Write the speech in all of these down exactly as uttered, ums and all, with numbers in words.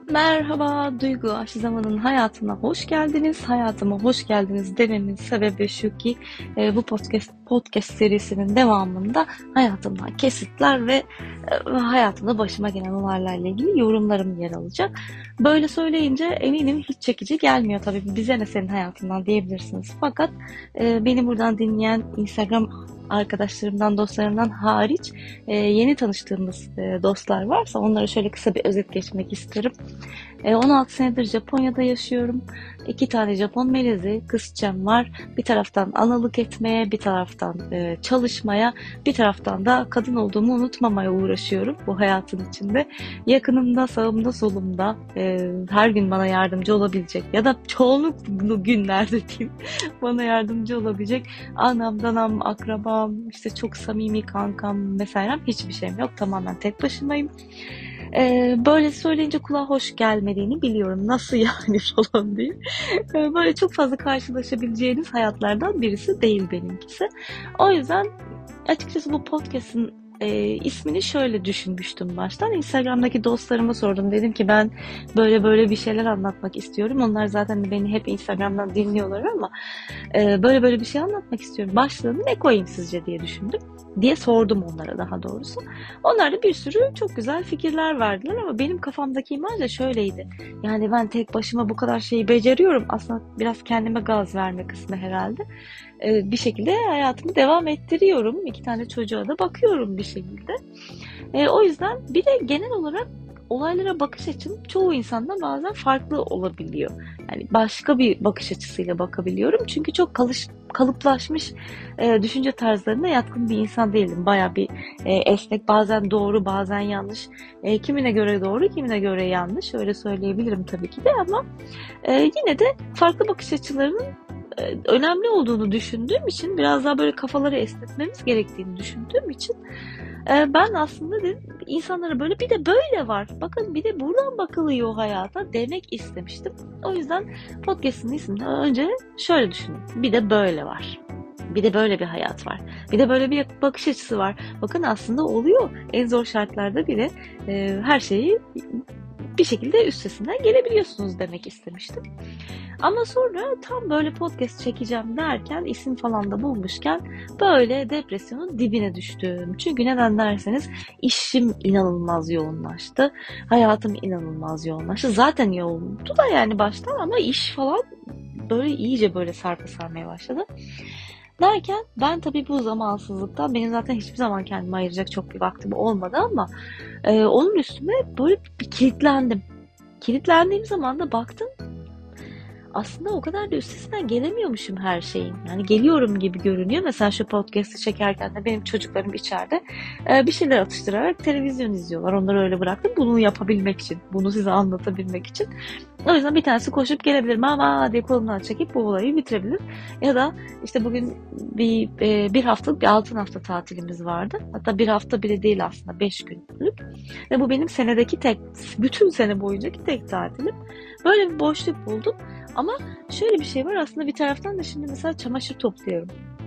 Merhaba Duygu, Aşızaman'ın hayatına hoş geldiniz. Hayatıma hoş geldiniz dememin sebebi şu ki e, bu podcast podcast serisinin devamında hayatımdan kesitler ve e, hayatımda başıma gelen olaylarla ilgili yorumlarım yer alacak. Böyle söyleyince eminim hiç çekici gelmiyor tabii. Bize ne senin hayatından diyebilirsiniz. Fakat e, beni buradan dinleyen Instagram arkadaşlarımdan, dostlarımdan hariç e, yeni tanıştığımız e, dostlar varsa onlara şöyle kısa bir özet geçmek isterim. E, on altı senedir Japonya'da yaşıyorum. İki tane Japon melezi, kızçam var. Bir taraftan analık etmeye, bir taraftan e, çalışmaya, bir taraftan da kadın olduğumu unutmamaya uğraşıyorum bu hayatın içinde. Yakınımda, sağımda, solumda e, her gün bana yardımcı olabilecek ya da çoğunluklu günlerde diyeyim bana yardımcı olabilecek anam, danam, akrabam, işte çok samimi kankam vesairem hiçbir şeyim yok. Tamamen tek başımayım. Ee, böyle söyleyince kulağa hoş gelmediğini biliyorum. Nasıl yani falan diye. Ee, böyle çok fazla karşılaşabileceğiniz hayatlardan birisi değil benimkisi. O yüzden açıkçası bu podcast'ın e, ismini şöyle düşünmüştüm baştan. Instagram'daki dostlarıma sordum. Dedim ki ben böyle böyle bir şeyler anlatmak istiyorum. Onlar zaten beni hep Instagram'dan dinliyorlar ama e, böyle böyle bir şey anlatmak istiyorum. Başlığını ne koyayım sizce diye düşündüm. Diye sordum onlara daha doğrusu. Onlar da bir sürü çok güzel fikirler verdiler ama benim kafamdaki imaj da şöyleydi. Yani ben tek başıma bu kadar şeyi beceriyorum. Aslında biraz kendime gaz verme kısmı herhalde. Ee, bir şekilde hayatımı devam ettiriyorum. İki tane çocuğa da bakıyorum bir şekilde. Ee, o yüzden bir de genel olarak olaylara bakış açım çoğu insandan bazen farklı olabiliyor. Yani başka bir bakış açısıyla bakabiliyorum. Çünkü çok kalış, kalıplaşmış e, düşünce tarzlarına yatkın bir insan değilim. Baya bir e, esnek, bazen doğru, bazen yanlış. E, kimine göre doğru, kimine göre yanlış. Öyle söyleyebilirim tabii ki de ama e, yine de farklı bakış açılarının e, önemli olduğunu düşündüğüm için, biraz daha böyle kafaları esnetmemiz gerektiğini düşündüğüm için e, ben aslında de, insanlara böyle bir de böyle var. Bakın bir de buradan bakılıyor hayata demek istemiştim. O yüzden podcast'ın ismini önce şöyle düşünün. Bir de böyle var. Bir de böyle bir hayat var. Bir de böyle bir bakış açısı var. Bakın aslında oluyor. En zor şartlarda bile e, her şeyi bir şekilde üstesinden gelebiliyorsunuz demek istemiştim. Ama sonra tam böyle podcast çekeceğim derken, isim falan da bulmuşken böyle depresyonun dibine düştüm. Çünkü neden derseniz işim inanılmaz yoğunlaştı. Hayatım inanılmaz yoğunlaştı. Zaten yoğundu da yani baştan ama iş falan böyle iyice böyle sarpa sarmaya başladı. Derken ben tabii bu zamansızlıktan, benim zaten hiçbir zaman kendime ayıracak çok bir vaktim olmadı ama e, onun üstüne böyle bir kilitlendim. Kilitlendiğim zaman da baktım aslında o kadar da üstesinden gelemiyormuşum her şeyin. Yani geliyorum gibi görünüyor. Mesela şu podcast'ı çekerken de benim çocuklarım içeride e, bir şeyler atıştırarak televizyon izliyorlar. Onları öyle bıraktım. Bunu yapabilmek için. Bunu size anlatabilmek için. O yüzden bir tanesi koşup gelebilir. Mama diye kolumdan çekip bu olayı bitirebilir. Ya da işte bugün bir e, bir haftalık bir altın hafta tatilimiz vardı. Hatta bir hafta bile değil aslında. Beş günlük. Ve bu benim senedeki tek, bütün sene boyuncaki tek tatilim. Böyle bir boşluk buldum. Ama şöyle bir şey var, aslında bir taraftan da şimdi mesela çamaşır topluyorum.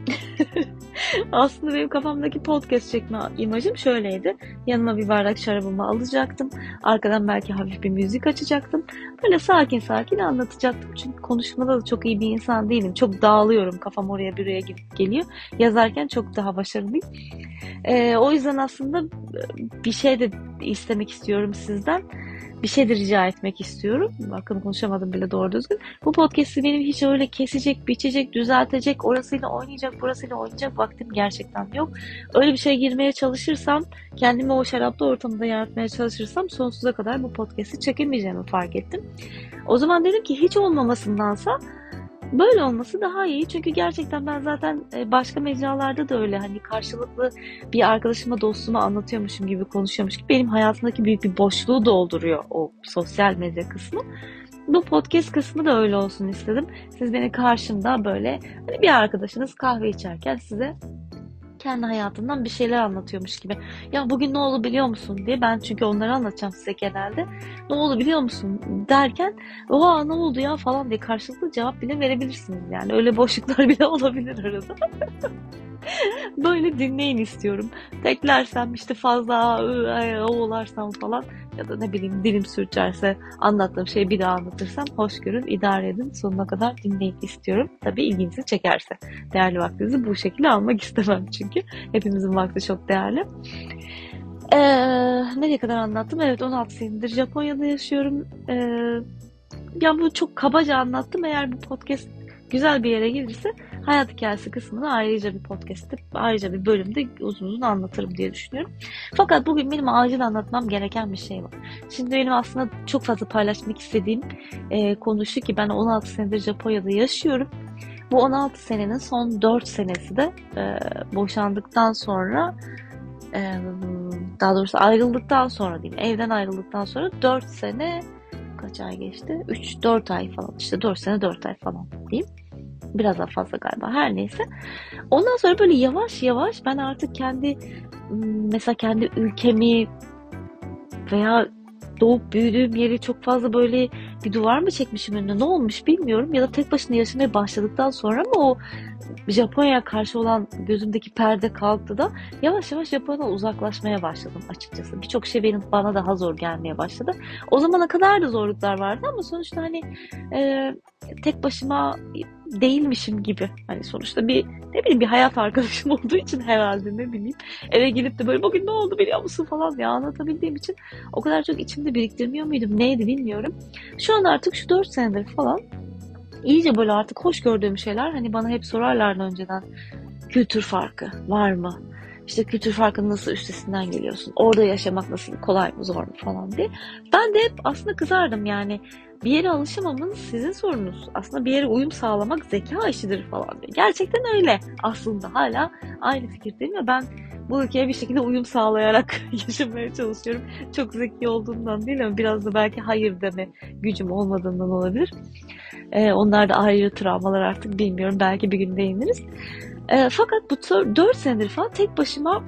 Aslında benim kafamdaki podcast çekme imajım şöyleydi. Yanıma bir bardak şarabımı alacaktım. Arkadan belki hafif bir müzik açacaktım. Böyle sakin sakin anlatacaktım. Çünkü konuşmada da çok iyi bir insan değilim. Çok dağılıyorum. Kafam oraya buraya gidip geliyor. Yazarken çok daha başarılıyım. Ee, o yüzden aslında bir şey de istemek istiyorum sizden. Bir şey de rica etmek istiyorum. Bakın konuşamadım bile doğru düzgün. Bu podcast'i benim hiç öyle kesecek, biçecek, düzeltecek, orasıyla oynayacak, burasıyla oynayacak vaktim gerçekten yok. Öyle bir şeye girmeye çalışırsam, kendimi o şaraplı ortamda yaratmaya çalışırsam sonsuza kadar bu podcast'i çekemeyeceğimi fark ettim. O zaman dedim ki hiç olmamasındansa böyle olması daha iyi. Çünkü gerçekten ben zaten başka mecralarda da öyle hani karşılıklı bir arkadaşıma, dostuma anlatıyormuşum gibi konuşuyormuş gibi benim hayatımdaki büyük bir boşluğu dolduruyor o sosyal medya kısmı. Bu podcast kısmı da öyle olsun istedim. Siz beni karşımda böyle hani bir arkadaşınız kahve içerken size kendi hayatından bir şeyler anlatıyormuş gibi. Ya bugün ne oldu biliyor musun diye, ben çünkü onları anlatacağım size genelde. Ne oldu biliyor musun derken, oha ne oldu ya falan diye karşılıklı cevap bile verebilirsiniz yani. Öyle boşluklar bile olabilir arada. Böyle dinleyin istiyorum. Teklersem işte fazla ı, ay, oğlarsam falan ya da ne bileyim dilim sürçerse anlattığım şeyi bir daha anlatırsam hoş görün, idare edin. Sonuna kadar dinleyin istiyorum. Tabii ilginizi çekerse. Değerli vaktinizi bu şekilde almak istemem çünkü. Hepimizin vakti çok değerli. Ee, Nereye kadar anlattım? Evet, on altı senedir Japonya'da yaşıyorum. Ee, Ya bu çok kabaca anlattım. Eğer bu podcast güzel bir yere gelirse hayat hikayesi kısmını ayrıca bir podcast'te, ayrıca bir bölümde uzun uzun anlatırım diye düşünüyorum. Fakat bugün benim acil anlatmam gereken bir şey var. Şimdi benim aslında çok fazla paylaşmak istediğim e, konu şu ki, ben on altı senedir Japonya'da yaşıyorum. Bu on altı senenin son dört senesi de e, boşandıktan sonra, e, daha doğrusu ayrıldıktan sonra diyeyim, evden ayrıldıktan sonra dört sene, kaç ay geçti? üç dört ay falan, işte dört sene dört ay falan diyeyim. Biraz daha fazla galiba, her neyse. Ondan sonra böyle yavaş yavaş ben artık kendi, mesela kendi ülkemi veya doğup büyüdüğüm yeri çok fazla böyle bir duvar mı çekmişim önüne, ne olmuş bilmiyorum, ya da tek başına yaşamaya başladıktan sonra mı o Japonya'ya karşı olan gözümdeki perde kalktı da yavaş yavaş Japonya'dan uzaklaşmaya başladım açıkçası. Birçok şey benim bana daha zor gelmeye başladı. O zamana kadar da zorluklar vardı ama sonuçta hani e, tek başıma değilmişim gibi. Hani sonuçta bir, ne bileyim, bir hayat arkadaşım olduğu için herhalde, ne bileyim. Eve gelip de böyle bugün ne oldu biliyor musun falan diye anlatabildiğim için o kadar çok içimde biriktirmiyor muydum, neydi bilmiyorum. Şu an artık şu dört senedir falan iyice böyle artık hoş gördüğüm şeyler, hani bana hep sorarlardı önceden, kültür farkı var mı? İşte kültür farkının nasıl üstesinden geliyorsun? Orada yaşamak nasıl, kolay mı zor mu falan diye. Ben de hep aslında kızardım yani. Bir yere alışamamanız sizin sorunuz. Aslında bir yere uyum sağlamak zeka işidir falan diye. Gerçekten öyle aslında, hala aynı fikirdeyim ve ben bu ülkeye bir şekilde uyum sağlayarak yaşamaya çalışıyorum. Çok zeki olduğumdan değil ama biraz da belki hayır deme gücüm olmadığından olabilir. Ee, onlar da ayrı travmalar artık, bilmiyorum. Belki bir gün değiniriz. Ee, fakat bu dört senedir falan tek başıma,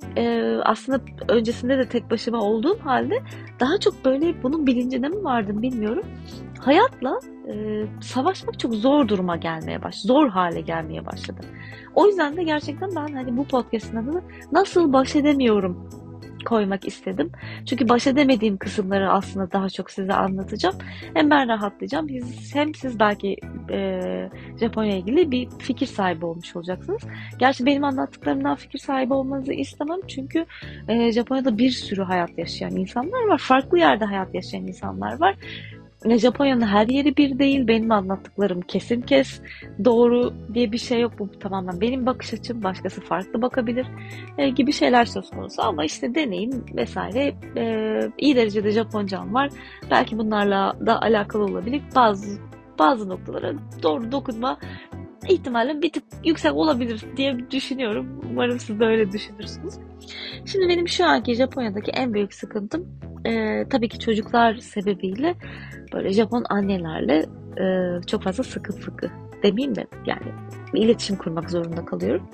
e, aslında öncesinde de tek başıma olduğum halde daha çok böyle bunun bilincinde mi vardım bilmiyorum. Hayatla e, savaşmak çok zor duruma gelmeye başladı. Zor hale gelmeye başladı. O yüzden de gerçekten ben hani bu podcast'ın adını "Nasıl Baş Edemiyorum" koymak istedim. Çünkü baş edemediğim kısımları aslında daha çok size anlatacağım. Hem ben rahatlayacağım, hem siz belki e, Japonya ilgili bir fikir sahibi olmuş olacaksınız. Gerçi benim anlattıklarımdan fikir sahibi olmanızı istemem. Çünkü e, Japonya'da bir sürü hayat yaşayan insanlar var. Farklı yerde hayat yaşayan insanlar var. Japonya'nın her yeri bir değil. Benim anlattıklarım kesin kes doğru diye bir şey yok. Bu tamamen benim bakış açım. Başkası farklı bakabilir e, gibi şeyler söz konusu. Ama işte deneyim vesaire, e, iyi derecede Japoncam var. Belki bunlarla da alakalı olabilir. Bazı bazı noktalara doğru dokunma ihtimalim bir tık yüksek olabilir diye düşünüyorum. Umarım siz de öyle düşünürsünüz. Şimdi benim şu anki Japonya'daki en büyük sıkıntım, e, tabii ki çocuklar sebebiyle böyle Japon annelerle e, çok fazla sıkı fıkı demeyeyim de yani iletişim kurmak zorunda kalıyorum.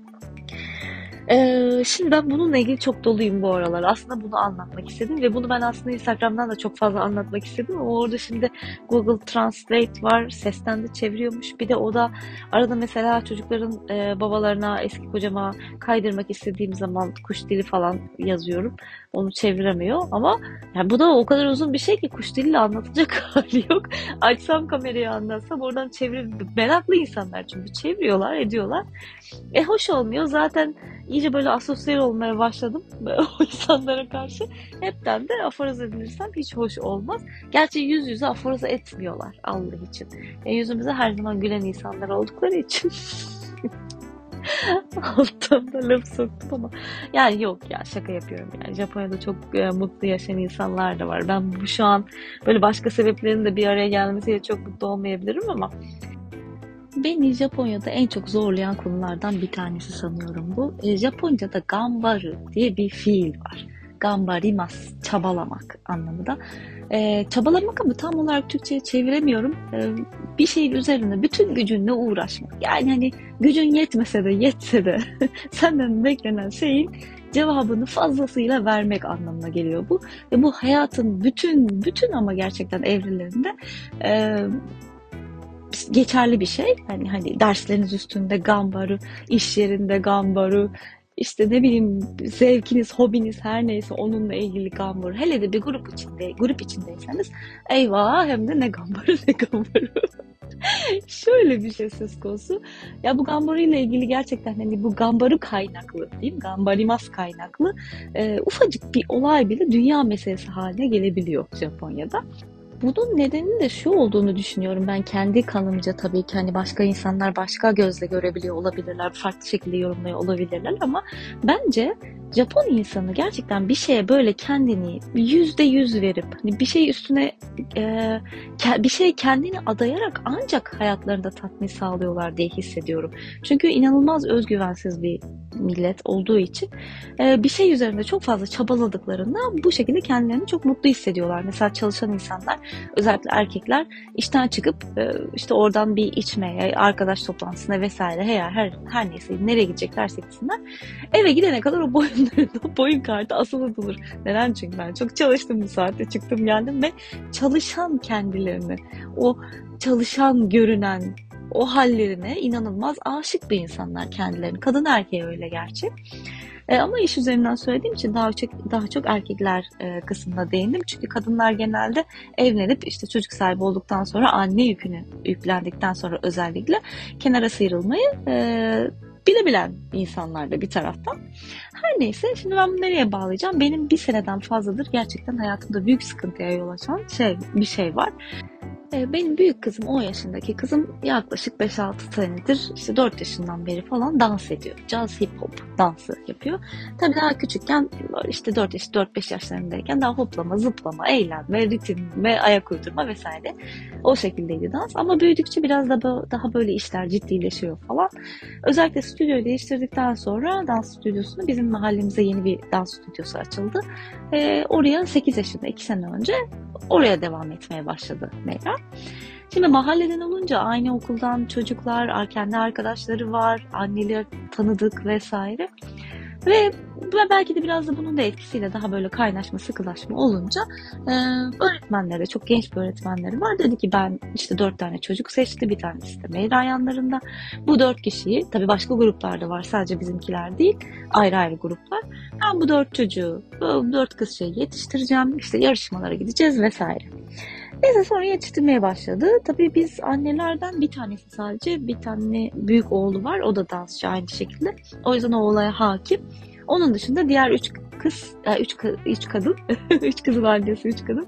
Ee, şimdi ben bununla ilgili çok doluyum bu aralar. Aslında bunu anlatmak istedim ve bunu ben aslında Instagram'dan da çok fazla anlatmak istedim ama orada şimdi Google Translate var. Sesten de çeviriyormuş. Bir de o da arada mesela çocukların e, babalarına, eski kocama kaydırmak istediğim zaman kuş dili falan yazıyorum. Onu çeviremiyor ama yani bu da o kadar uzun bir şey ki kuş diliyle anlatacak hali yok. Açsam kamerayı anlatsam oradan çevir, meraklı insanlar çünkü çeviriyorlar, ediyorlar. E hoş olmuyor. Zaten iyice böyle asosyal olmaya başladım o insanlara karşı. Hepten de aforoz edilirsem hiç hoş olmaz. Gerçi yüz yüze aforoz etmiyorlar Allah için. Yani yüzümüze her zaman gülen insanlar oldukları için. Alttan da laf soktum ama yani yok ya, şaka yapıyorum yani. Japonya'da çok e, mutlu yaşayan insanlar da var. Ben bu şu an böyle başka sebeplerin de bir araya gelmesiyle çok mutlu olmayabilirim ama beni Japonya'da en çok zorlayan konulardan bir tanesi sanıyorum bu. E, Japonca'da gambaru diye bir fiil var. gambarimas, çabalamak anlamında. Ee, çabalamak ama tam olarak Türkçe'ye çeviremiyorum. Ee, bir şeyin üzerine bütün gücünle uğraşmak. Yani hani gücün yetmese de yetse de senden beklenen şeyin cevabını fazlasıyla vermek anlamına geliyor bu. Ve bu hayatın bütün bütün ama gerçekten evrelerinde e, geçerli bir şey. Hani hani dersleriniz üstünde gambaru, iş yerinde gambaru, işte ne bileyim zevkiniz, hobiniz her neyse onunla ilgili gambaru. Hele de bir grup içinde, grup içindeyseniz eyvah hem de ne gambaru ne gambaru. Şöyle bir şey söz konusu. Ya bu gambaru ile ilgili gerçekten hani bu gambaru kaynaklı diyeyim, gambarimas kaynaklı e, ufacık bir olay bile dünya meselesi haline gelebiliyor Japonya'da. Bunun nedeni de şu olduğunu düşünüyorum ben kendi kanımca tabii ki hani başka insanlar başka gözle görebiliyor olabilirler, farklı şekilde yorumluyor olabilirler ama bence Japon insanı gerçekten bir şeye böyle kendini yüzde yüz verip hani bir şey üstüne e, bir şey kendini adayarak ancak hayatlarında tatmin sağlıyorlar diye hissediyorum. Çünkü inanılmaz özgüvensiz bir millet olduğu için e, bir şey üzerinde çok fazla çabaladıklarında bu şekilde kendilerini çok mutlu hissediyorlar. Mesela çalışan insanlar özellikle erkekler işten çıkıp işte oradan bir içmeye, arkadaş toplantısına vesaire her her, her neyse nereye gideceklerse gitsinler. Eve gidene kadar o boyunlarında o boyun kartı asılı durur. Neden? Çünkü ben çok çalıştım bu saatte çıktım geldim ve çalışan kendilerini, o çalışan görünen o hallerine inanılmaz aşık bir insanlar kendilerini. Kadın erkeği öyle gerçi. E, ama iş üzerinden söylediğim için daha çok daha çok erkekler e, kısmına değindim. Çünkü kadınlar genelde evlenip işte çocuk sahibi olduktan sonra anne yükünü yüklendikten sonra özellikle kenara sıyrılmayı e, bilebilen insanlar da bir taraftan. Her neyse şimdi ben bunu nereye bağlayacağım? Benim bir seneden fazladır gerçekten hayatımda büyük sıkıntıya yol açan şey bir şey var. Benim büyük kızım on yaşındaki kızım yaklaşık beş altı senedir işte dört yaşından beri falan dans ediyor. Jazz hip hop dansı yapıyor. Tabii daha küçükken işte dört yaş dört beş yaşlarındayken daha hoplama, zıplama, eğlenme, ritim ve ayak uydurma vesaire o şekildeydi dans. Ama büyüdükçe biraz da daha böyle işler ciddileşiyor falan. Özellikle stüdyoyu değiştirdikten sonra dans stüdyosunu bizim mahallemize yeni bir dans stüdyosu açıldı. Ee, oraya sekiz yaşında iki sene önce oraya devam etmeye başladı Meyra. Şimdi mahalleden olunca aynı okuldan çocuklar, kendi arkadaşları var, anneler tanıdık vesaire. Ve belki de biraz da bunun da etkisiyle daha böyle kaynaşma, sıkılaşma olunca e, öğretmenlere, çok genç bir öğretmenleri var. Dedi ki ben işte dört tane çocuk seçti, bir tanesi de Meyra yanlarında. Bu dört kişiyi, tabii başka gruplar da var, sadece bizimkiler değil, ayrı ayrı gruplar. Ben bu dört çocuğu, bu dört kız şeyi yetiştireceğim, işte yarışmalara gideceğiz vesaire. Neyse sonra yetiştirmeye başladı. Tabii biz annelerden bir tanesi sadece, bir tane büyük oğlu var. O da dansçı aynı şekilde. O yüzden o olaya hakim. Onun dışında diğer üç kız, üç, üç kadın, üç kızın annesi, üç kadın.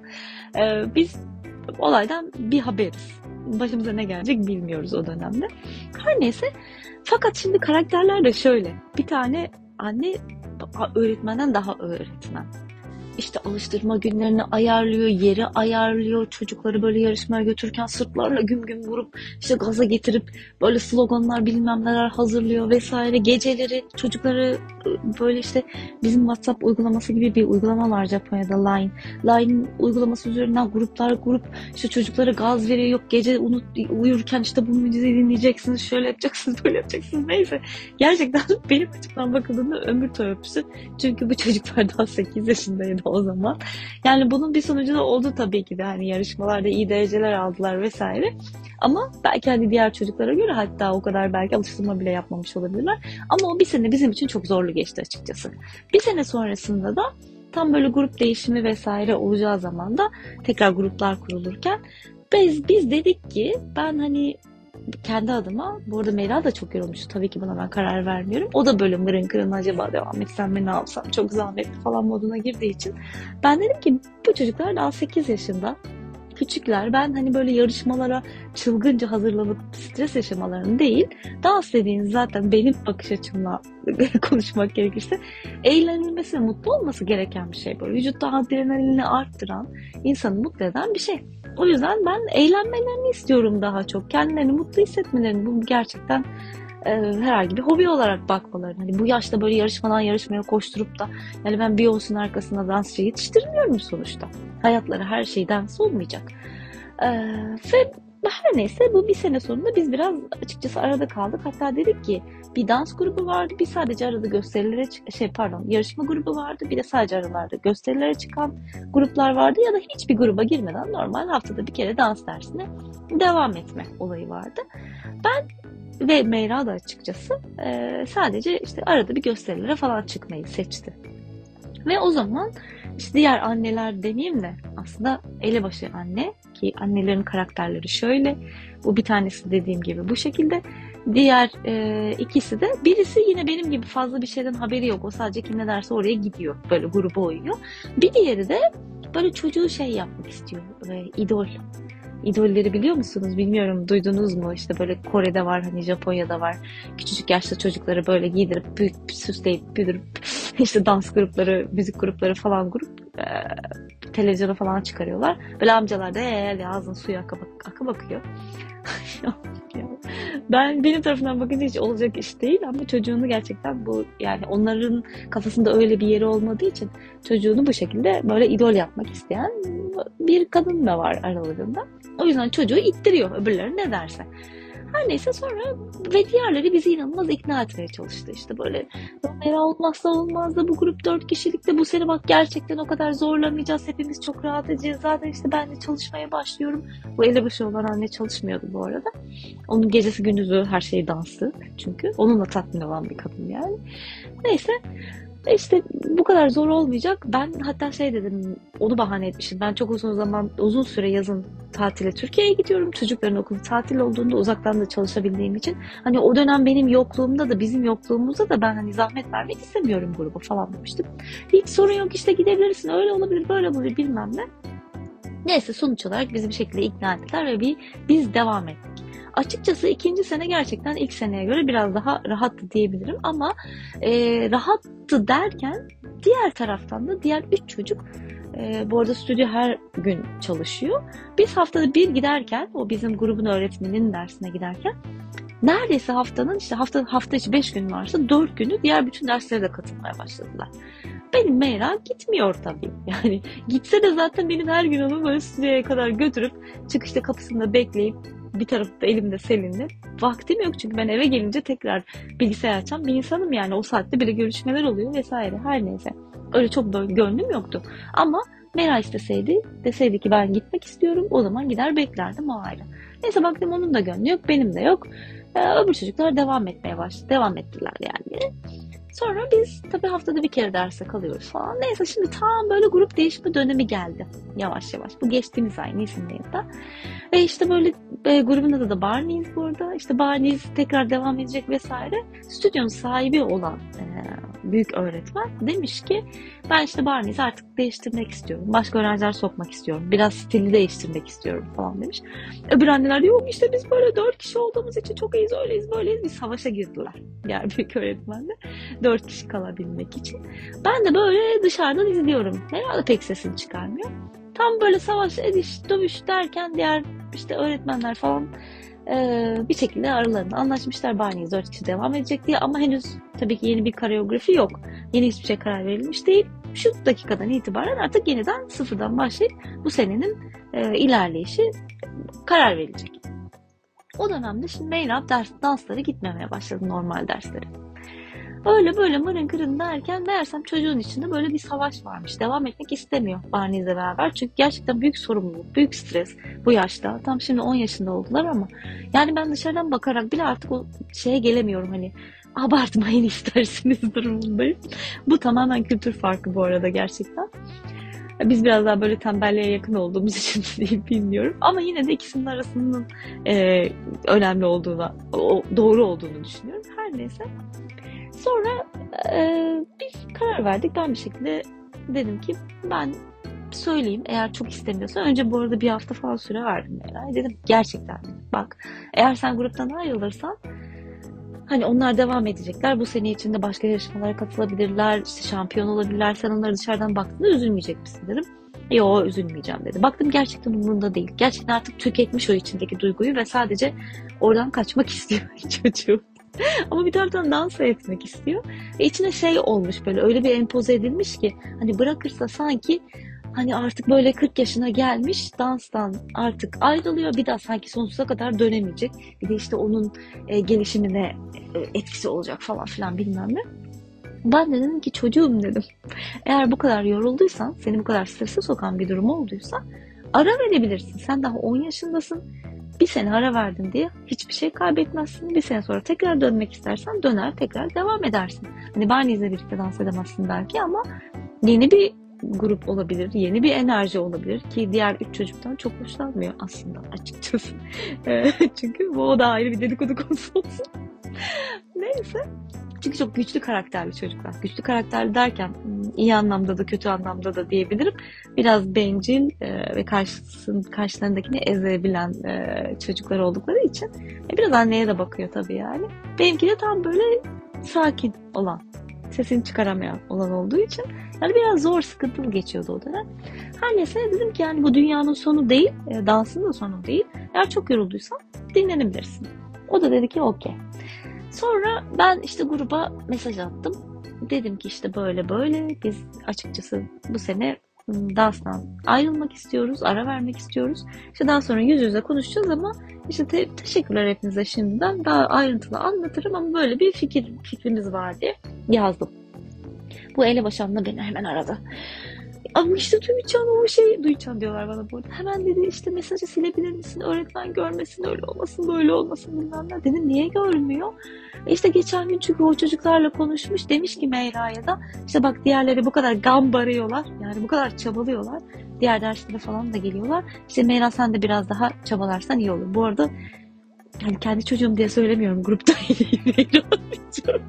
Biz olaydan bir haberiz. Başımıza ne gelecek bilmiyoruz o dönemde. Her neyse. Fakat şimdi karakterler de şöyle. Bir tane anne öğretmenden daha öğretmen. İşte alıştırma günlerini ayarlıyor, yeri ayarlıyor, çocukları böyle yarışmaya götürürken sırtlarla güm güm vurup işte gaza getirip böyle sloganlar bilmem neler hazırlıyor vesaire. Geceleri çocukları böyle işte bizim WhatsApp uygulaması gibi bir uygulama var Japonya'da, Line. Line uygulaması üzerinden gruplar grup işte çocuklara gaz veriyor. Yok gece unut, uyurken işte bu müziği dinleyeceksiniz, şöyle yapacaksınız, böyle yapacaksınız. Neyse gerçekten benim açımdan bakıldığında ömür törpüsü. Çünkü bu çocuklar daha sekiz yaşındaydı o zaman. Yani bunun bir sonucu da oldu tabii ki de, hani yarışmalarda iyi dereceler aldılar vesaire. Ama belki hani diğer çocuklara göre hatta o kadar belki alıştırma bile yapmamış olabilirler. Ama o bir sene bizim için çok zorlu geçti açıkçası. Bir sene sonrasında da tam böyle grup değişimi vesaire olacağı zaman da tekrar gruplar kurulurken biz, biz dedik ki ben hani kendi adıma, bu arada Meyra da çok yorulmuştu. Tabii ki buna ben karar vermiyorum. O da böyle mırın kırın acaba devam etsem mi ne yapsam çok zahmetli falan moduna girdiği için. Ben dedim ki bu çocuklar daha sekiz yaşında. Küçükler. Ben hani böyle yarışmalara çılgınca hazırlanıp stres yaşamalarını değil, dans dediğiniz zaten benim bakış açımla konuşmak gerekirse eğlenilmesi ve mutlu olması gereken bir şey. Böyle vücutta adrenalini arttıran, insanı mutlu eden bir şey. O yüzden ben eğlenmelerini istiyorum daha çok. Kendilerini mutlu hissetmelerini, bu gerçekten e, herhangi bir hobi olarak bakmalarını. Hani bu yaşta böyle yarışmadan yarışmaya koşturup da yani ben Beyoncé'nin arkasında dansçı yetiştirmiyorum sonuçta. Hayatları her şey dans olmayacak. E, ve her neyse bu bir sene sonunda biz biraz açıkçası arada kaldık. Hatta dedik ki bir dans grubu vardı, bir sadece arada gösterilere şey pardon yarışma grubu vardı, bir de sadece aralarda gösterilere çıkan gruplar vardı ya da hiçbir gruba girmeden normal haftada bir kere dans dersine devam etme olayı vardı. Ben ve Meyra da açıkçası e, sadece işte arada bir gösterilere falan çıkmayı seçti. Ve o zaman işte diğer anneler demeyeyim de aslında elebaşı anne ki annelerin karakterleri şöyle. Bu bir tanesi dediğim gibi bu şekilde. Diğer e, ikisi de birisi yine benim gibi fazla bir şeyden haberi yok. O sadece kim ne derse oraya gidiyor. Böyle gruba uyuyor. Bir diğeri de böyle çocuğu şey yapmak istiyor. Böyle idol. İdolleri biliyor musunuz? Bilmiyorum duydunuz mu? İşte böyle Kore'de var hani Japonya'da var. Küçücük yaşta çocukları böyle giydirip büyük süsleyip büyüdürüp işte dans grupları, müzik grupları falan grup e, televizyona falan çıkarıyorlar. Böyle amcalar da ee, ağzının suyu aka, bak, aka bakıyor. Ben benim tarafından bakınca hiç olacak iş değil ama çocuğunu gerçekten bu yani onların kafasında öyle bir yeri olmadığı için çocuğunu bu şekilde böyle idol yapmak isteyen bir kadın da var aralarında. O yüzden çocuğu ittiriyor öbürleri ne derse. Her neyse sonra ve diğerleri bizi inanılmaz ikna etmeye çalıştı. İşte böyle Mera olmazsa olmaz da bu grup dört kişilikte bu sene bak gerçekten o kadar zorlamayacağız. Hepimiz çok rahat edeceğiz. Zaten işte ben de çalışmaya başlıyorum. Bu elebaşı olan anne çalışmıyordu bu arada. Onun gecesi gündüzü her şeyi dansı çünkü. Onunla tatmin olan bir kadın yani. Neyse. İşte bu kadar zor olmayacak. Ben hatta şey dedim, onu bahane etmişim. Ben çok uzun zaman, uzun süre yazın tatile Türkiye'ye gidiyorum. Çocukların okulu tatil olduğunda uzaktan da çalışabildiğim için. Hani o dönem benim yokluğumda da bizim yokluğumuzda da ben hani zahmet vermek istemiyorum gruba falan demiştim. Hiç sorun yok işte gidebilirsin öyle olabilir böyle olabilir bilmem ne. Neyse sonuç olarak bizi bir şekilde ikna ettiler ve bir, biz devam ettik. Açıkçası ikinci sene gerçekten ilk seneye göre biraz daha rahattı diyebilirim ama e, rahattı derken diğer taraftan da diğer üç çocuk e, bu arada stüdyo her gün çalışıyor. Biz haftada bir giderken o bizim grubun öğretmeninin dersine giderken neredeyse haftanın işte hafta hafta içi beş gün varsa dört günü diğer bütün derslere de katılmaya başladılar. Benim Meyra gitmiyor tabii. Yani gitse de zaten benim her gün onu böyle stüdyoya kadar götürüp çıkışta kapısında bekleyip bir tarafta elimde Selin'le. Vaktim yok çünkü ben eve gelince tekrar bilgisayar açan bir insanım yani. O saatte bile görüşmeler oluyor vesaire her neyse. Öyle çok böyle gönlüm yoktu. Ama Mera isteseydi, deseydi ki ben gitmek istiyorum o zaman gider beklerdim o ayrı. Neyse baktım onun da gönlü yok, benim de yok. Ee, öbür çocuklar devam etmeye başladı. Devam ettiler yani. Sonra biz tabii haftada bir kere derse kalıyoruz falan. Neyse şimdi tam böyle grup değişme dönemi geldi. Yavaş yavaş. Bu geçtiğimiz ay Nisan ayında. Ve işte böyle e, grubun adı da Barney's bu arada. İşte Barney's tekrar devam edecek vesaire. Stüdyonun sahibi olan e, büyük öğretmen demiş ki ben işte Barney's'i artık değiştirmek istiyorum. Başka öğrenciler sokmak istiyorum. Biraz stili değiştirmek istiyorum falan demiş. Öbür anneler diyor yok işte biz böyle dört kişi olduğumuz için çok iyiyiz öyleyiz böyleyiz. Bir savaşa girdiler. Yani büyük öğretmenle. Dört kişi kalabilmek için. Ben de böyle dışarıdan izliyorum. Herhalde pek sesini çıkarmıyor. Tam böyle savaş, ediş, dövüş derken diğer işte öğretmenler falan e, bir şekilde aralarında anlaşmışlar. Barney's dört kişi devam edecek diye ama henüz tabii ki yeni bir koreografi yok. Yeni hiçbir şey karar verilmiş değil. Şu dakikadan itibaren artık yeniden sıfırdan başlayıp bu senenin e, ilerleyişi karar verilecek. O dönemde şimdi Meyrap ders, danslara gitmemeye başladı normal dersleri. Öyle böyle mırın kırın derken meğersem çocuğun içinde böyle bir savaş varmış. Devam etmek istemiyor Barney'le beraber. Çünkü gerçekten büyük sorumluluk, büyük stres bu yaşta. Tam şimdi on yaşında oldular ama yani ben dışarıdan bakarak bile artık o şeye gelemiyorum hani abartmayın isterseniz durumundayım. Bu tamamen kültür farkı bu arada gerçekten. Biz biraz daha böyle tembelliğe yakın olduğumuz için değil bilmiyorum. Ama yine de ikisinin arasının e, önemli olduğunu, o, doğru olduğunu düşünüyorum. Her neyse. Sonra e, biz karar verdik. Ben bir şekilde dedim ki ben söyleyeyim eğer çok istemiyorsan. Önce bu arada bir hafta falan süre verdim Mera'ya. Dedim gerçekten bak eğer sen gruptan ayrılırsan hani onlar devam edecekler. Bu sene içinde başka yarışmalara katılabilirler. İşte şampiyon olabilirler. Sen onları dışarıdan baktığında üzülmeyecek misin dedim. Yo üzülmeyeceğim dedi. Baktım gerçekten umurunda değil. Gerçekten artık tüketmiş o içindeki duyguyu ve sadece oradan kaçmak istiyor çocuğum. Ama bir taraftan dans etmek istiyor. Ve içine şey olmuş, böyle öyle bir empoze edilmiş ki hani bırakırsa sanki hani artık böyle kırk yaşına gelmiş, danstan artık ayrılıyor. Bir daha sanki sonsuza kadar dönemeyecek. Bir de işte onun e, gelişimine e, etkisi olacak falan filan bilmem ne. Ben de dedim ki çocuğum dedim. Eğer bu kadar yorulduysan, seni bu kadar strese sokan bir durum olduysa ara verebilirsin. Sen daha on yaşındasın. Bir sene ara verdin diye hiçbir şey kaybetmezsin. Bir sene sonra tekrar dönmek istersen döner tekrar devam edersin. Hani Barney'le birlikte dans edemezsin belki ama yeni bir grup olabilir, yeni bir enerji olabilir ki diğer üç çocuktan çok hoşlanmıyor aslında açıkçası. Çünkü bu o da ayrı bir dedikodu konusu olsun. Neyse. Çünkü çok güçlü karakterli çocuklar. Güçlü karakterli derken iyi anlamda da kötü anlamda da diyebilirim. Biraz bencil e, ve karşısın, karşılarındakini ezebilen e, çocuklar oldukları için e, biraz anneye de bakıyor tabii yani. Benimki de tam böyle sakin olan, sesini çıkaramayan olan olduğu için yani biraz zor, sıkıntılı geçiyordu o dönem. Her neyse dedim ki yani bu dünyanın sonu değil, e, dansın da sonu değil. Eğer çok yorulduysan dinlenebilirsin. O da dedi ki okey. Sonra ben işte gruba mesaj attım. Dedim ki işte böyle böyle biz açıkçası bu sene danstan ayrılmak istiyoruz, ara vermek istiyoruz. İşte daha sonra yüz yüze konuşacağız ama işte te- teşekkürler hepinize şimdiden. Daha ayrıntılı anlatırım ama böyle bir fikir fikrimiz var diye yazdım. Bu elebaşım da beni hemen aradı. Ama işte Duycan o şey, Duycan diyorlar bana burada. Hemen dedi işte mesajı silebilir misin? Öğretmen görmesin, öyle olmasın, böyle olmasın bilmem ne. Dedim niye görmüyor? E işte geçen gün çünkü o çocuklarla konuşmuş. Demiş ki Meyra'ya da işte bak diğerleri bu kadar gambarıyorlar. Yani bu kadar çabalıyorlar. Diğer derslere falan da geliyorlar. İşte Meyra sen de biraz daha çabalarsan iyi olur. Bu arada yani kendi çocuğum diye söylemiyorum. Grupta Meyra diyorum.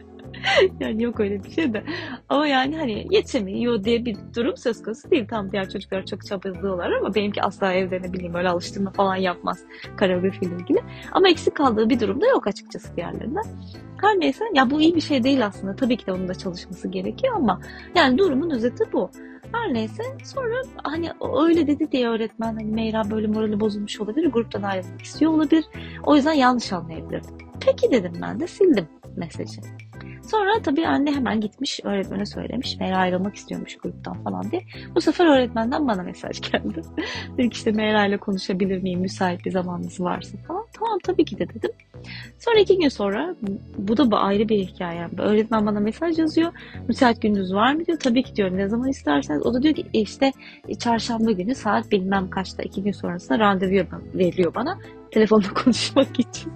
Yani yok öyle bir şey de. Ama yani hani yetemiyor diye bir durum söz konusu değil. Tamam diğer çocuklar çok çabalıyorlar ama benimki asla evde ne bileyim öyle alıştırma falan yapmaz koreografiyle ilgili. Ama eksik kaldığı bir durum da yok açıkçası diğerlerinden. Her neyse ya bu iyi bir şey değil aslında. Tabii ki de onun da çalışması gerekiyor ama yani durumun özeti bu. Her neyse sonra hani öyle dedi diye öğretmen hani Meyra böyle morali bozulmuş olabilir. Gruptan ayrılmak istiyor olabilir. O yüzden yanlış anlayabilirdim. Peki dedim ben de sildim mesajı. Sonra tabii anne hemen gitmiş öğretmene söylemiş. Meyra ayrılmak istiyormuş gruptan falan diye. Bu sefer öğretmenden bana mesaj geldi. Dedi ki işte Meyra ile konuşabilir miyim? Müsait bir zamanınız varsa falan. Tamam tabii ki de dedim. Sonra iki gün sonra bu da ayrı bir hikaye. Öğretmen bana mesaj yazıyor. Müsait gününüz var mı diyor. Tabii ki diyorum ne zaman isterseniz. O da diyor ki e işte çarşamba günü saat bilmem kaçta iki gün sonrasında randevu veriliyor bana. Telefonla konuşmak için.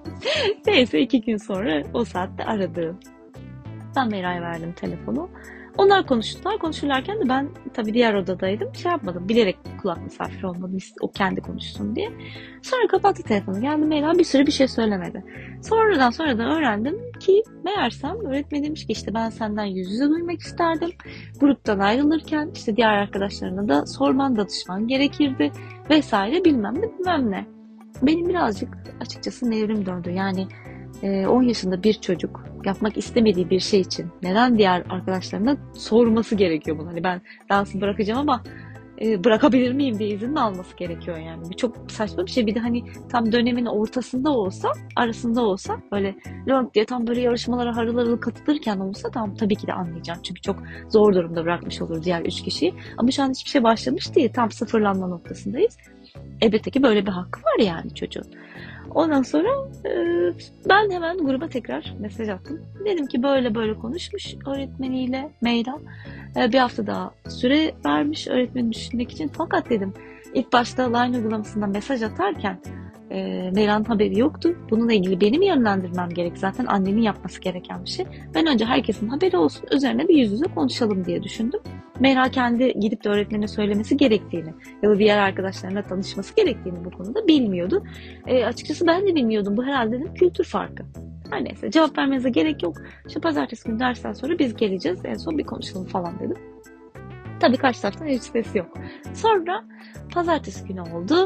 Neyse iki gün sonra o saatte aradı. Ben Mera'ya verdim telefonu. Onlar konuştular. Konuşurlarken de ben tabii diğer odadaydım. Şey yapmadım. Bilerek kulak misafiri olmadım. O kendi konuşsun diye. Sonra kapattı telefonu. Geldi Mera bir sürü bir şey söylemedi. Sonradan sonradan öğrendim ki meğersem öğretmen demiş ki işte ben senden yüz yüze duymak isterdim. Gruptan ayrılırken işte diğer arkadaşlarına da sorman danışman gerekirdi vesaire bilmem ne bilmem ne. Benim birazcık açıkçası nevrim döndü. Yani on yaşında bir çocuk yapmak istemediği bir şey için neden diğer arkadaşlarına sorması gerekiyor bunu? Hani ben dansı bırakacağım ama e, bırakabilir miyim diye izin mi alması gerekiyor yani? Bu çok saçma bir şey. Bir de hani tam dönemin ortasında olsa, arasında olsa böyle lönk diye tam böyle yarışmalara harıl harıl katılırken olsa tamam tabii ki de anlayacağım. Çünkü çok zor durumda bırakmış olur diğer üç kişiyi. Ama şu an hiçbir şey başlamış değil. Tam sıfırlanma noktasındayız. Elbette ki böyle bir hakkı var yani çocuğun. Ondan sonra e, ben hemen gruba tekrar mesaj attım. Dedim ki böyle böyle konuşmuş öğretmeniyle Meyra. E, bir hafta daha süre vermiş öğretmeni düşünmek için. Fakat dedim ilk başta Line uygulamasından mesaj atarken e, Meyra'nın haberi yoktu. Bununla ilgili benim yönlendirmem gerek. Zaten annenin yapması gereken bir şey. Ben önce herkesin haberi olsun. Üzerine bir yüz yüze konuşalım diye düşündüm. Meyra kendi gidip de öğretmenine söylemesi gerektiğini ya da diğer arkadaşlarına tanışması gerektiğini bu konuda bilmiyordu. E, açıkçası ben de bilmiyordum. Bu herhalde dedim kültür farkı. Her neyse cevap vermenize gerek yok. Şu pazartesi günü dersten sonra biz geleceğiz. En son bir konuşalım falan dedim. Tabii karşı taraftan hiç ses yok. Sonra pazartesi günü oldu.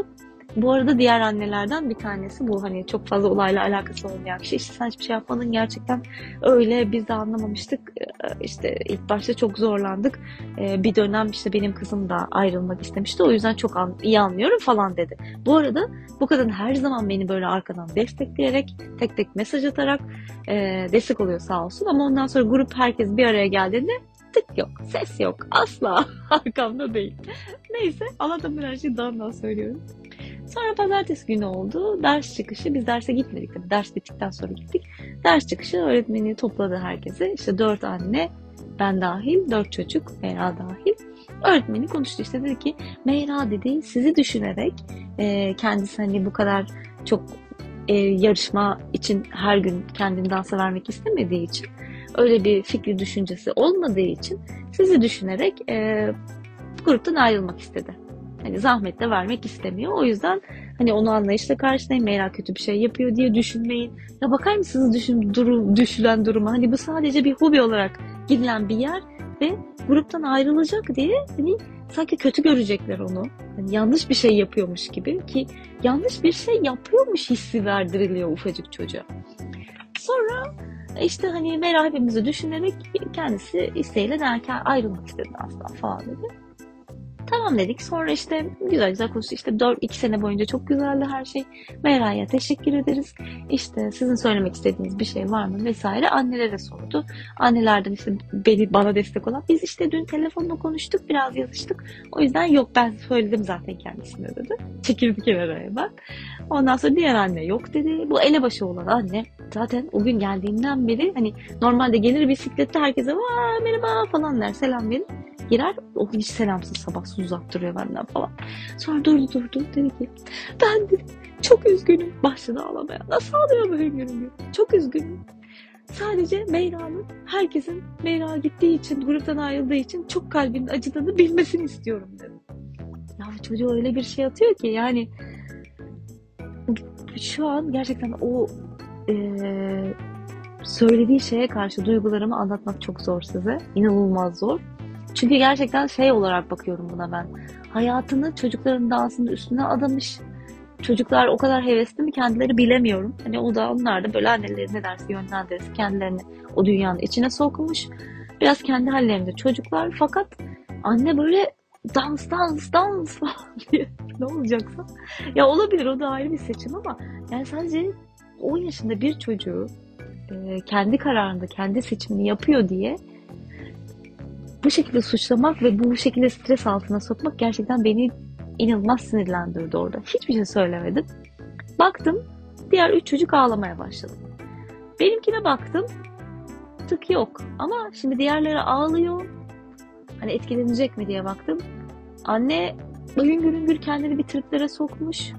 Bu arada diğer annelerden bir tanesi bu, hani çok fazla olayla alakası olmayan kişi. İşte sen hiçbir şey yapmadın gerçekten, öyle biz de anlamamıştık. Ee, işte ilk başta çok zorlandık. Ee, bir dönem işte benim kızım da ayrılmak istemişti. O yüzden çok an- iyi anlıyorum falan dedi. Bu arada bu kadın her zaman beni böyle arkadan destekleyerek, tek tek mesaj atarak e, destek oluyor sağ olsun. Ama ondan sonra grup herkes bir araya geldiğinde tık yok, ses yok. Asla arkamda değil. Neyse, anlatamam, her şeyi daha daha söylüyorum. Sonra pazartesi günü oldu. Ders çıkışı. Biz derse gitmedik tabii. Ders bittikten sonra gittik. Ders çıkışı öğretmeni topladı herkese. İşte dört anne, ben dahil, dört çocuk, Meyra dahil. Öğretmeni konuştu, işte dedi ki Meyra dedi sizi düşünerek, e, kendisi hani bu kadar çok e, yarışma için her gün kendini dansa vermek istemediği için, öyle bir fikri düşüncesi olmadığı için sizi düşünerek e, gruptan ayrılmak istedi. Hani zahmet de vermek istemiyor. O yüzden hani onu anlayışla karşılayın. Meyra kötü bir şey yapıyor diye düşünmeyin. Ya bakar mısınız düşün, durum, düşülen duruma? Hani bu sadece bir hobi olarak gidilen bir yer ve gruptan ayrılacak diye hani sanki kötü görecekler onu. Yani yanlış bir şey yapıyormuş gibi, ki yanlış bir şey yapıyormuş hissi verdiriliyor ufacık çocuğa. Sonra işte hani Meyra hepimizi düşünerek kendisi isteğiyle derken ayrılmak istedi asla falan dedi. Tamam dedik. Sonra işte güzel güzel konuştuk. İşte dört iki sene boyunca çok güzeldi her şey. Meyra'ya teşekkür ederiz. İşte sizin söylemek istediğiniz bir şey var mı vesaire. Annelere sordu. Annelerden işte beni, bana destek olan. Biz işte dün telefonla konuştuk. Biraz yazıştık. O yüzden yok, ben söyledim zaten kendisine dedi. Çekildi kenara bak. Ondan sonra diğer anne yok dedi. Bu elebaşı olan anne zaten o gün geldiğimden beri hani normalde gelir bisiklette herkese vaa merhaba falan der, selam verir. Girer, o hiç selamsız sabahsız uzak duruyor benden falan. Sonra durdu durdu dedi ki ben de çok üzgünüm. Başladı ağlamaya. Nasıl ağlıyor bu hüngür? Çok üzgünüm. Sadece Meyra'nın, herkesin Meyra gittiği için, gruptan ayrıldığı için çok kalbinin acıdığını bilmesini istiyorum dedi. Ya çocuğa öyle bir şey atıyor ki yani şu an gerçekten o e, söylediği şeye karşı duygularımı anlatmak çok zor size. İnanılmaz zor. Çünkü gerçekten şey olarak bakıyorum buna ben. Hayatını çocukların dansının üstüne adamış. Çocuklar o kadar hevesli mi kendileri bilemiyorum. Hani o da, onlar da böyle anneleri ne derse yönlendirirse kendilerini o dünyanın içine sokmuş. Biraz kendi hallerinde çocuklar, fakat anne böyle dans dans dans falan diye ne olacaksa. Ya olabilir, o da ayrı bir seçim ama yani sadece on yaşında bir çocuğu kendi kararında kendi seçimini yapıyor diye bu şekilde suçlamak ve bu şekilde stres altına sokmak gerçekten beni inanılmaz sinirlendirdi orada. Hiçbir şey söylemedim. Baktım diğer üç çocuk ağlamaya başladı. Benimkine baktım, tık yok. Ama şimdi diğerleri ağlıyor. Hani etkilenecek mi diye baktım. Anne hüngür hüngür kendini bir triplere sokmuş.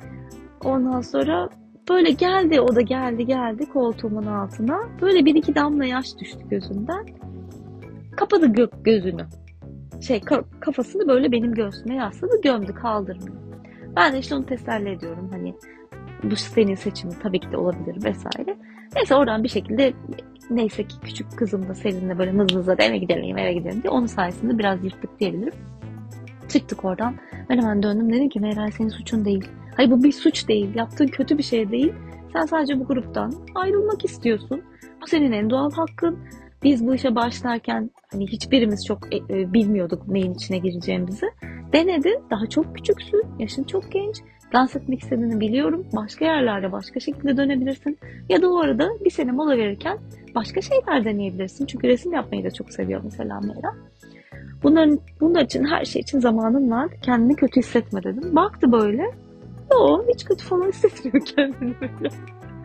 Ondan sonra böyle geldi, o da geldi geldi koltuğumun altına. Böyle bir iki damla yaş düştü gözünden. Kapadı gö- gözünü. Şey kafasını böyle benim göğsüme yasladı, gömdü, kaldırmıyor. Ben de işte onu teselli ediyorum, hani bu senin seçimin tabii ki de olabilir vesaire. Neyse oradan bir şekilde, neyse ki küçük kızım da Selin'le böyle mız mızla eve gidelim eve gidelim diye onun sayesinde biraz yırttık diyebilirim. Çıktık oradan. Ben hemen döndüm, dedim ki Meral senin suçun değil. Hayır bu bir suç değil. Yaptığın kötü bir şey değil. Sen sadece bu gruptan ayrılmak istiyorsun. Bu senin en doğal hakkın. Biz bu işe başlarken hani hiçbirimiz çok e, e, bilmiyorduk neyin içine gireceğimizi. Denedin. Daha çok küçüksün. Yaşın çok genç. Dans etmek istediğini biliyorum. Başka yerlerde başka şekilde dönebilirsin. Ya da o arada bir sene mola verirken başka şeyler deneyebilirsin. Çünkü resim yapmayı da çok seviyor mesela Meyra. Bunların, bunlar için, her şey için zamanın var. Kendini kötü hissetme dedim. Baktı böyle. O hiç kötü falan hissetmiyor kendini böyle.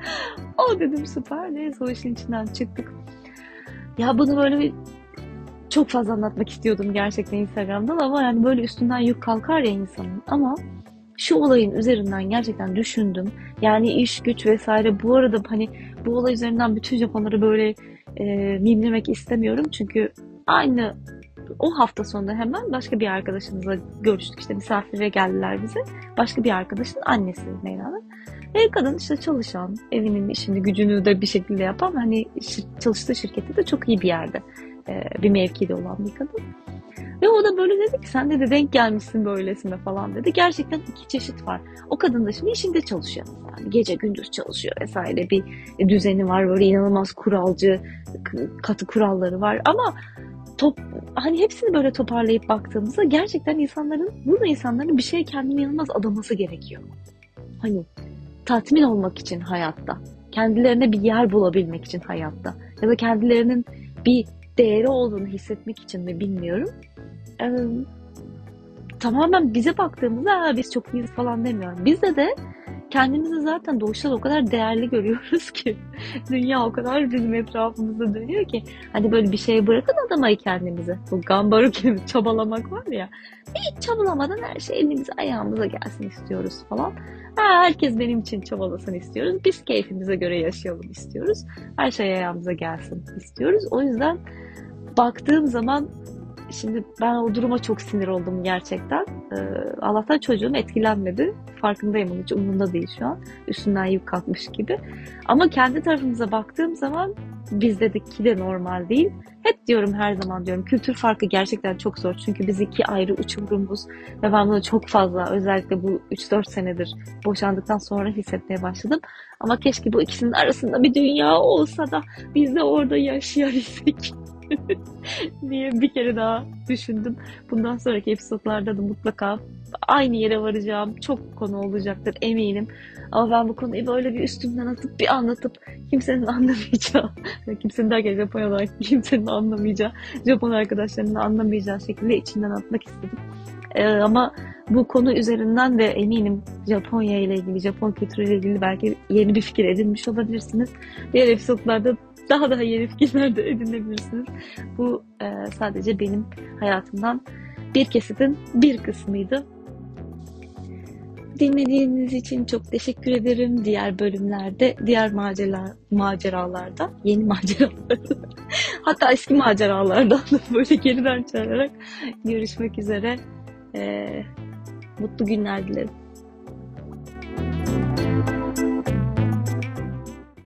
O dedim süper. Neyse o işin içinden çıktık. Ya bunu böyle bir çok fazla anlatmak istiyordum gerçekten Instagram'dan ama yani böyle üstünden yük kalkar ya insanın. Ama şu olayın üzerinden gerçekten düşündüm. Yani iş, güç vesaire. Bu arada hani bu olay üzerinden bütün Japonları böyle e, mimlemek istemiyorum. Çünkü aynı o hafta sonunda hemen başka bir arkadaşımızla görüştük. İşte misafire geldiler bize. Başka bir arkadaşın annesi Meyra'nın. Ve kadın işte çalışan, evinin işini gücünü de bir şekilde yapan, hani çalıştığı şirkette de çok iyi bir yerde, bir mevkide olan bir kadın. Ve o da böyle dedi ki sen dedi denk gelmişsin böylesine falan dedi. Gerçekten iki çeşit var. O kadın da şimdi işinde çalışıyor. Yani gece gündüz çalışıyor vesaire, bir düzeni var. Böyle inanılmaz kuralcı, katı kuralları var. Ama top, hani hepsini böyle toparlayıp baktığımızda gerçekten insanların, burada insanların bir şeye kendini inanılmaz adaması gerekiyor. Hani tatmin olmak için hayatta, kendilerine bir yer bulabilmek için hayatta ya da kendilerinin bir değeri olduğunu hissetmek için mi bilmiyorum. Ee, Tamamen bize baktığımızda "Aa, biz çok iyiyiz" falan demiyorum. Bizde de kendimizi zaten doğuştan o kadar değerli görüyoruz ki dünya o kadar bizim etrafımızda dönüyor ki hani böyle bir şeye bırakın adamayı kendimize. Bu gambarı gibi çabalamak var ya. Hiç çabalamadan her şey elimize ayağımıza gelsin istiyoruz falan. Ha, herkes benim için çabalasın istiyoruz. Biz keyfimize göre yaşayalım istiyoruz. Her şey ayağımıza gelsin istiyoruz. O yüzden baktığım zaman şimdi ben o duruma çok sinir oldum gerçekten. Ee, Allah'tan çocuğum etkilenmedi. Farkındayım, onun hiç umurumda değil şu an. Üstünden yük kalkmış gibi. Ama kendi tarafımıza baktığım zaman bizdeki de normal değil. Hep diyorum, her zaman diyorum, kültür farkı gerçekten çok zor. Çünkü biz iki ayrı uçurumuz ve ben bunu çok fazla, özellikle bu üç dört senedir boşandıktan sonra hissetmeye başladım. Ama keşke bu ikisinin arasında bir dünya olsa da biz de orada yaşayabilsek diye bir kere daha düşündüm. Bundan sonraki episodlarda da mutlaka aynı yere varacağım. Çok konu olacaktır eminim. Ama ben bu konuyu böyle bir üstümden atıp bir anlatıp kimsenin anlamayacağı, kimsenin derken Japon olarak kimsenin anlamayacağı, Japon arkadaşlarının anlamayacağı şekilde içinden atmak istedim. Ee, ama bu konu üzerinden de eminim Japonya ile ilgili, Japon kültürüyle ilgili belki yeni bir fikir edinmiş olabilirsiniz. Diğer episodlarda daha daha yeni fikirler de edinebilirsiniz. Bu e, sadece benim hayatımdan bir kesitin bir kısmıydı. Dinlediğiniz için çok teşekkür ederim. Diğer bölümlerde, diğer macera, maceralarda, yeni maceralarda, hatta eski maceralardan da böyle geriden çağırarak görüşmek üzere. E, mutlu günler dilerim.